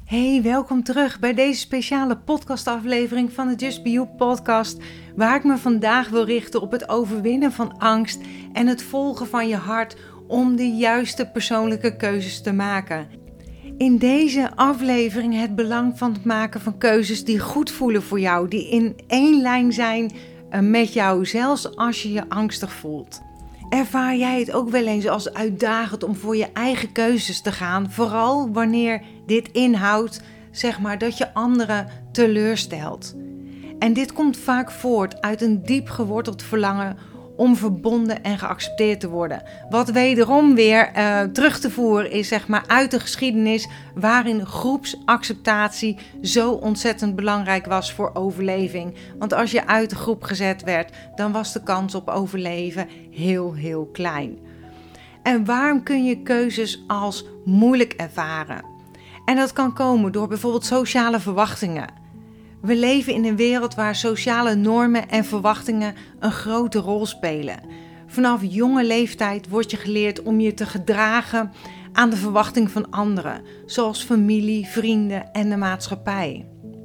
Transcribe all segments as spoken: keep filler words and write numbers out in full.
Hey, welkom terug bij deze speciale podcastaflevering van de Just Be You podcast, waar ik me vandaag wil richten op het overwinnen van angst en het volgen van je hart om de juiste persoonlijke keuzes te maken. In deze aflevering het belang van het maken van keuzes die goed voelen voor jou, die in één lijn zijn met jou, zelfs als je je angstig voelt. Ervaar jij het ook wel eens als uitdagend om voor je eigen keuzes te gaan, vooral wanneer dit inhoudt, zeg maar, dat je anderen teleurstelt? En dit komt vaak voort uit een diep geworteld verlangen om verbonden en geaccepteerd te worden. Wat wederom weer uh, terug te voeren is, zeg maar, uit de geschiedenis waarin groepsacceptatie zo ontzettend belangrijk was voor overleving. Want als je uit de groep gezet werd, dan was de kans op overleven heel, heel klein. En waarom kun je keuzes als moeilijk ervaren? En dat kan komen door bijvoorbeeld sociale verwachtingen. We leven in een wereld waar sociale normen en verwachtingen een grote rol spelen. Vanaf jonge leeftijd word je geleerd om je te gedragen aan de verwachting van anderen, zoals familie, vrienden en de maatschappij.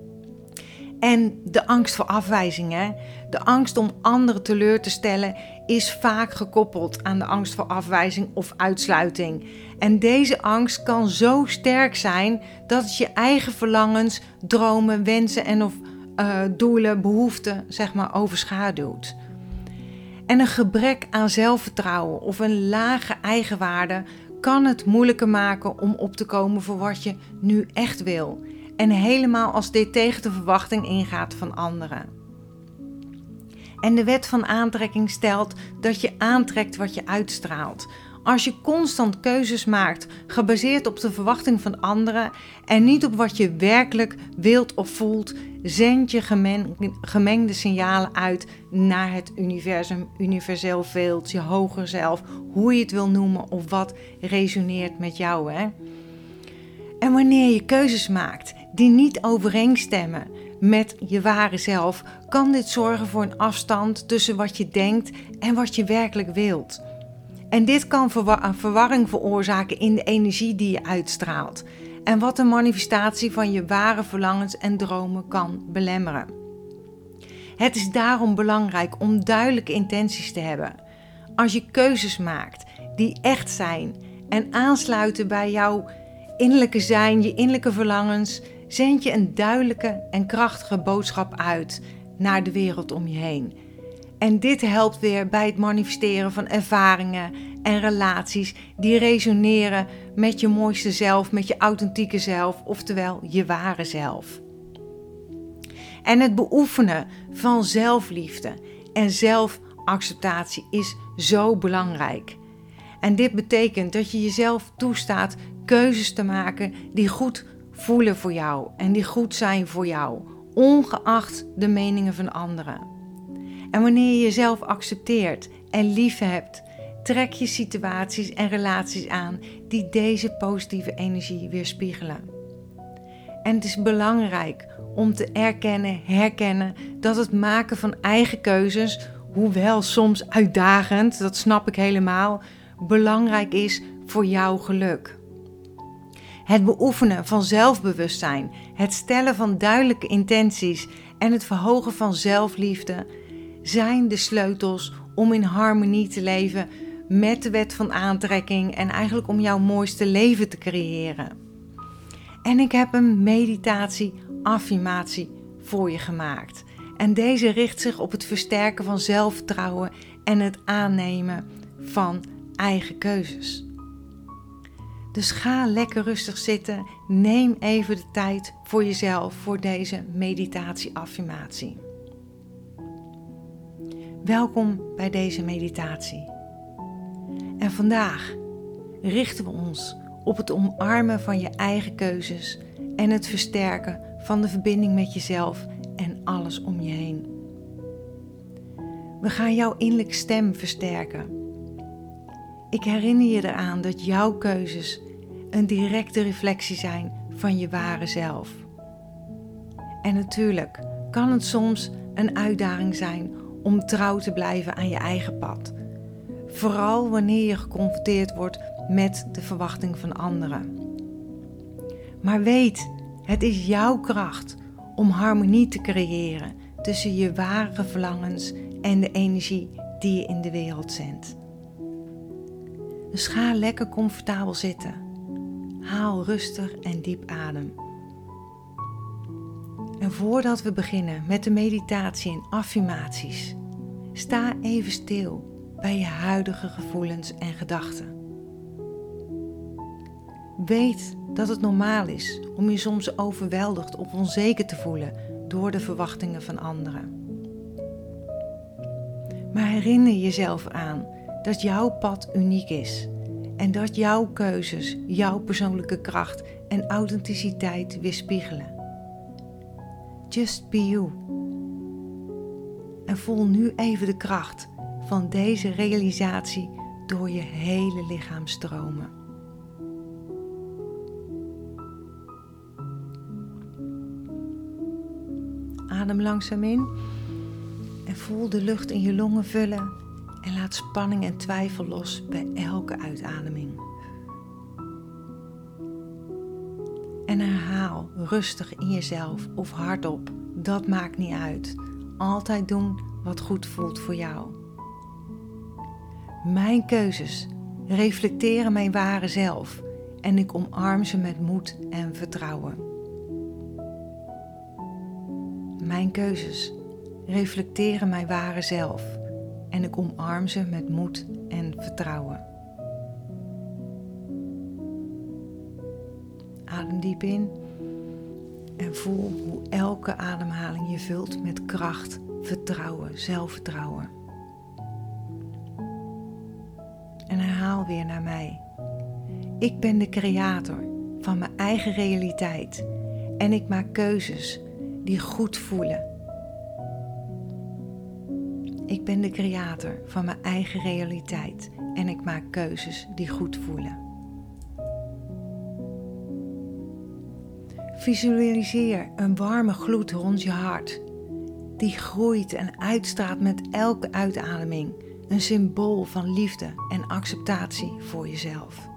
En de angst voor afwijzing, hè? De angst om anderen teleur te stellen is vaak gekoppeld aan de angst voor afwijzing of uitsluiting. En deze angst kan zo sterk zijn dat het je eigen verlangens, dromen, wensen en of uh, doelen, behoeften, zeg maar, overschaduwt. En een gebrek aan zelfvertrouwen of een lage eigenwaarde kan het moeilijker maken om op te komen voor wat je nu echt wil. En helemaal als dit tegen de verwachting ingaat van anderen. En de wet van aantrekking stelt dat je aantrekt wat je uitstraalt. Als je constant keuzes maakt, gebaseerd op de verwachting van anderen en niet op wat je werkelijk wilt of voelt, zend je gemengde signalen uit naar het universum, universeel veld, je hoger zelf, hoe je het wil noemen of wat resoneert met jou, hè? En wanneer je keuzes maakt die niet overeenstemmen met je ware zelf, kan dit zorgen voor een afstand tussen wat je denkt en wat je werkelijk wilt. En dit kan verwar- verwarring veroorzaken in de energie die je uitstraalt en wat de manifestatie van je ware verlangens en dromen kan belemmeren. Het is daarom belangrijk om duidelijke intenties te hebben. Als je keuzes maakt die echt zijn en aansluiten bij jouw innerlijke zijn, je innerlijke verlangens, zend je een duidelijke en krachtige boodschap uit naar de wereld om je heen. En dit helpt weer bij het manifesteren van ervaringen en relaties die resoneren met je mooiste zelf, met je authentieke zelf, oftewel je ware zelf. En het beoefenen van zelfliefde en zelfacceptatie is zo belangrijk. En dit betekent dat je jezelf toestaat keuzes te maken die goed voelen voor jou en die goed zijn voor jou, ongeacht de meningen van anderen. En wanneer je jezelf accepteert en lief hebt, trek je situaties en relaties aan die deze positieve energie weerspiegelen. En het is belangrijk om te erkennen, herkennen dat het maken van eigen keuzes, hoewel soms uitdagend, dat snap ik helemaal, belangrijk is voor jouw geluk. Het beoefenen van zelfbewustzijn, het stellen van duidelijke intenties en het verhogen van zelfliefde zijn de sleutels om in harmonie te leven met de wet van aantrekking en eigenlijk om jouw mooiste leven te creëren. En ik heb een meditatie-affirmatie voor je gemaakt. En deze richt zich op het versterken van zelfvertrouwen en het aannemen van eigen keuzes. Dus ga lekker rustig zitten. Neem even de tijd voor jezelf voor deze meditatie-affirmatie. Welkom bij deze meditatie. En vandaag richten we ons op het omarmen van je eigen keuzes en het versterken van de verbinding met jezelf en alles om je heen. We gaan jouw innerlijke stem versterken. Ik herinner je eraan dat jouw keuzes een directe reflectie zijn van je ware zelf. En natuurlijk kan het soms een uitdaging zijn om trouw te blijven aan je eigen pad. Vooral wanneer je geconfronteerd wordt met de verwachting van anderen. Maar weet Het is jouw kracht om harmonie te creëren tussen je ware verlangens en de energie die je in de wereld zendt. Dus ga lekker comfortabel zitten. Haal rustig en diep adem. En voordat we beginnen met de meditatie en affirmaties, sta even stil bij je huidige gevoelens en gedachten. Weet dat het normaal is om je soms overweldigd of onzeker te voelen door de verwachtingen van anderen. Maar herinner jezelf aan dat jouw pad uniek is en dat jouw keuzes jouw persoonlijke kracht en authenticiteit weerspiegelen. Just be you. En voel nu even de kracht van deze realisatie door je hele lichaam stromen. Adem langzaam in en voel de lucht in je longen vullen en laat spanning en twijfel los bij elke uitademing. En herhaal rustig in jezelf of hardop, dat maakt niet uit. Altijd doen wat goed voelt voor jou. Mijn keuzes reflecteren mijn ware zelf en ik omarm ze met moed en vertrouwen. Mijn keuzes reflecteren mijn ware zelf en ik omarm ze met moed en vertrouwen. Adem diep in en voel hoe elke ademhaling je vult met kracht, vertrouwen, zelfvertrouwen. En herhaal weer naar mij. Ik ben de creator van mijn eigen realiteit en ik maak keuzes die goed voelen. Ik ben de creator van mijn eigen realiteit en ik maak keuzes die goed voelen. Visualiseer een warme gloed rond je hart, die groeit en uitstraalt met elke uitademing, een symbool van liefde en acceptatie voor jezelf.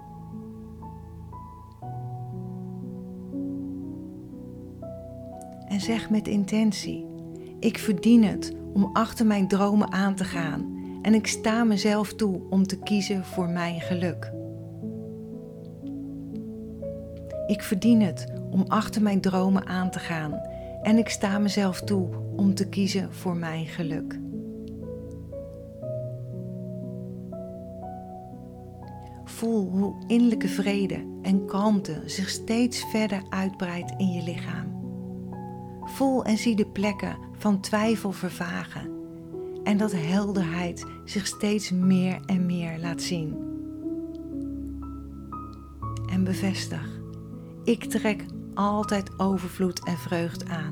En zeg met intentie: ik verdien het om achter mijn dromen aan te gaan en ik sta mezelf toe om te kiezen voor mijn geluk. Ik verdien het om achter mijn dromen aan te gaan en ik sta mezelf toe om te kiezen voor mijn geluk. Voel hoe innerlijke vrede en kalmte zich steeds verder uitbreidt in je lichaam. Voel en zie de plekken van twijfel vervagen en dat helderheid zich steeds meer en meer laat zien. En bevestig: ik trek altijd overvloed en vreugd aan.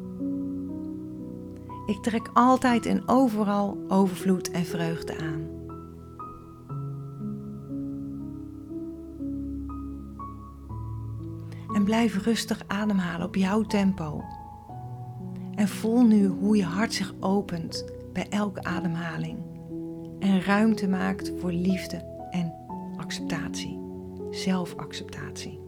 Ik trek altijd en overal overvloed en vreugde aan. En blijf rustig ademhalen op jouw tempo. En voel nu hoe je hart zich opent bij elke ademhaling en ruimte maakt voor liefde en acceptatie, zelfacceptatie.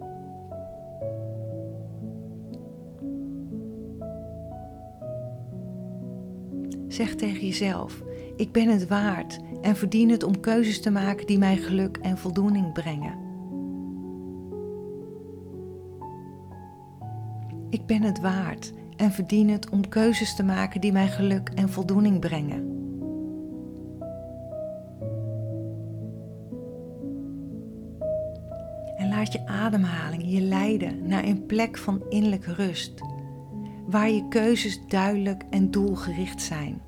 Zeg tegen jezelf: ik ben het waard en verdien het om keuzes te maken die mij geluk en voldoening brengen. Ik ben het waard en verdien het om keuzes te maken die mij geluk en voldoening brengen. En laat je ademhaling je leiden naar een plek van innerlijke rust, waar je keuzes duidelijk en doelgericht zijn.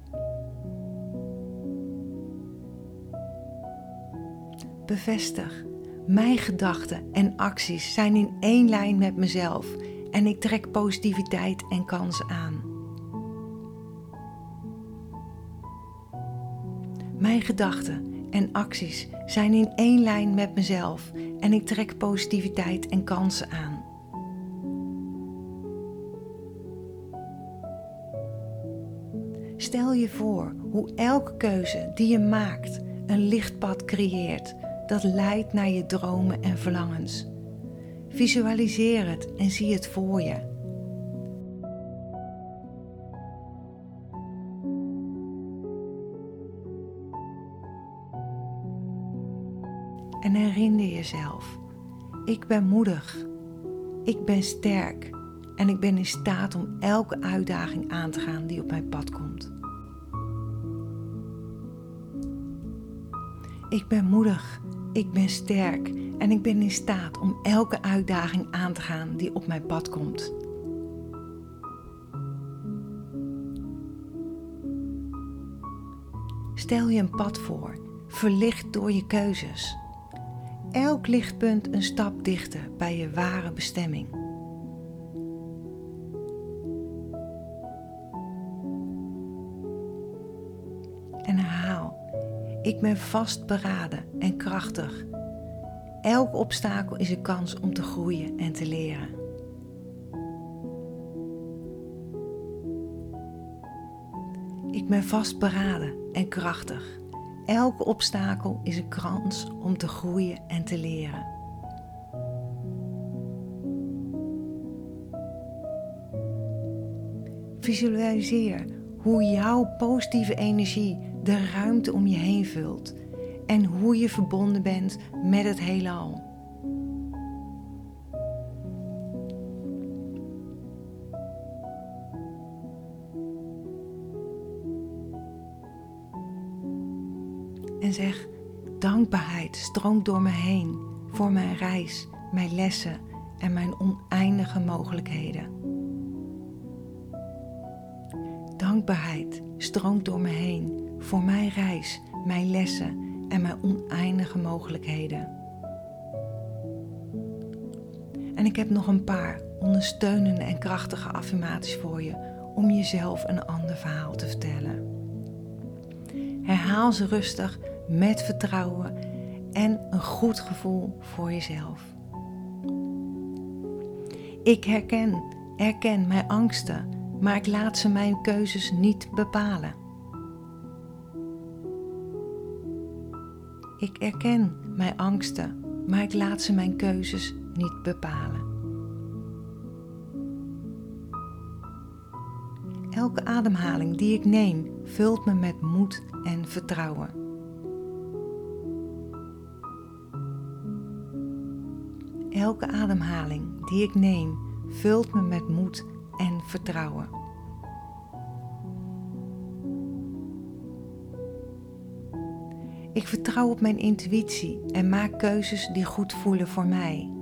Bevestig: mijn gedachten en acties zijn in één lijn met mezelf en ik trek positiviteit en kansen aan. Mijn gedachten en acties zijn in één lijn met mezelf en ik trek positiviteit en kansen aan. Stel je voor hoe elke keuze die je maakt een lichtpad creëert dat leidt naar je dromen en verlangens. Visualiseer het en zie het voor je. jezelf. Ik ben moedig. Ik ben sterk. En ik ben in staat om elke uitdaging aan te gaan die op mijn pad komt. Ik ben moedig. Ik ben sterk. En ik ben in staat om elke uitdaging aan te gaan die op mijn pad komt. Stel je een pad voor, verlicht door je keuzes. Elk lichtpunt een stap dichter bij je ware bestemming. En herhaal, ik ben vastberaden en krachtig. Elk obstakel is een kans om te groeien en te leren. Ik ben vastberaden en krachtig. Elke obstakel is een kans om te groeien en te leren. Visualiseer hoe jouw positieve energie de ruimte om je heen vult en hoe je verbonden bent met het heelal. En zeg, dankbaarheid stroomt door me heen voor mijn reis, mijn lessen en mijn oneindige mogelijkheden. Dankbaarheid stroomt door me heen voor mijn reis, mijn lessen en mijn oneindige mogelijkheden. En ik heb nog een paar ondersteunende en krachtige affirmaties voor je om jezelf een ander verhaal te vertellen. Herhaal ze rustig met vertrouwen en een goed gevoel voor jezelf. Ik herken, erken mijn angsten, maar ik laat ze mijn keuzes niet bepalen. Ik erken mijn angsten, maar ik laat ze mijn keuzes niet bepalen. Elke ademhaling die ik neem, vult me met moed en vertrouwen. Elke ademhaling die ik neem, vult me met moed en vertrouwen. Ik vertrouw op mijn intuïtie en maak keuzes die goed voelen voor mij.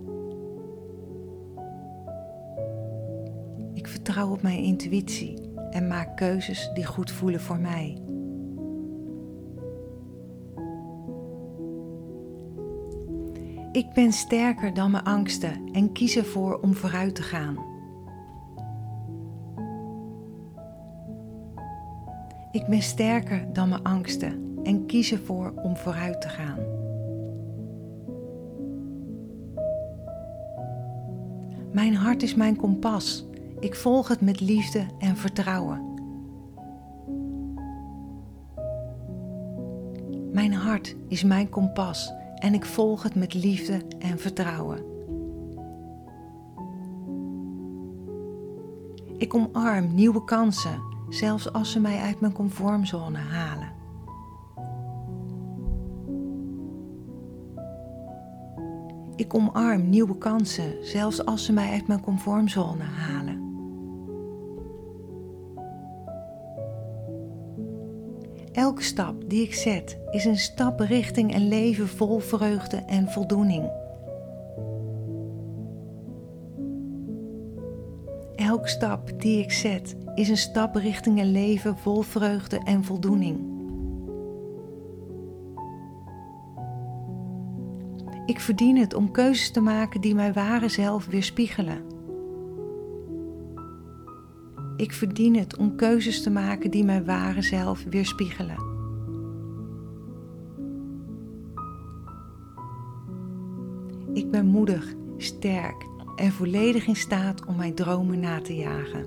Ik vertrouw op mijn intuïtie en maak keuzes die goed voelen voor mij. Ik ben sterker dan mijn angsten en kies ervoor om vooruit te gaan. Ik ben sterker dan mijn angsten en kies ervoor om vooruit te gaan. Mijn hart is mijn kompas. Ik volg het met liefde en vertrouwen. Mijn hart is mijn kompas en ik volg het met liefde en vertrouwen. Ik omarm nieuwe kansen, zelfs als ze mij uit mijn comfortzone halen. Ik omarm nieuwe kansen, zelfs als ze mij uit mijn comfortzone halen. Elke stap die ik zet is een stap richting een leven vol vreugde en voldoening. Elke stap die ik zet is een stap richting een leven vol vreugde en voldoening. Ik verdien het om keuzes te maken die mijn ware zelf weerspiegelen. Ik verdien het om keuzes te maken die mijn ware zelf weerspiegelen. Ik ben moedig, sterk en volledig in staat om mijn dromen na te jagen.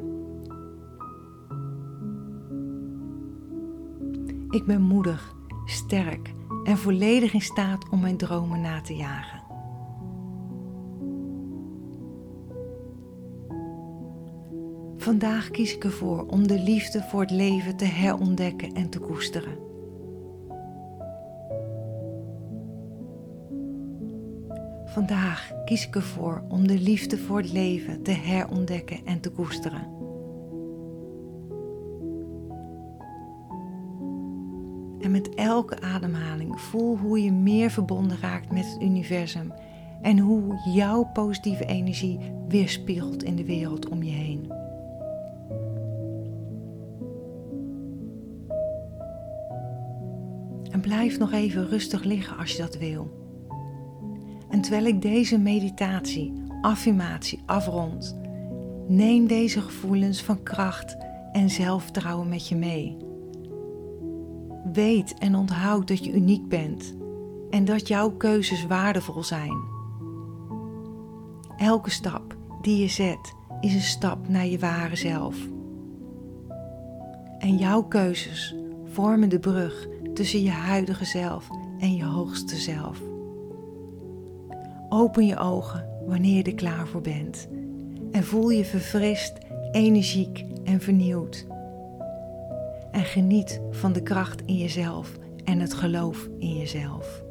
Ik ben moedig, sterk en volledig in staat om mijn dromen na te jagen. Vandaag kies ik ervoor om de liefde voor het leven te herontdekken en te koesteren. Vandaag kies ik ervoor om de liefde voor het leven te herontdekken en te koesteren. En met elke ademhaling voel hoe je meer verbonden raakt met het universum en hoe jouw positieve energie weerspiegelt in de wereld om je heen. En blijf nog even rustig liggen als je dat wil. En terwijl ik deze meditatie, affirmatie afrond, neem deze gevoelens van kracht en zelfvertrouwen met je mee. Weet en onthoud dat je uniek bent en dat jouw keuzes waardevol zijn. Elke stap die je zet is een stap naar je ware zelf. En jouw keuzes vormen de brug tussen je huidige zelf en je hoogste zelf. Open je ogen wanneer je er klaar voor bent en voel je verfrist, energiek en vernieuwd. En geniet van de kracht in jezelf en het geloof in jezelf.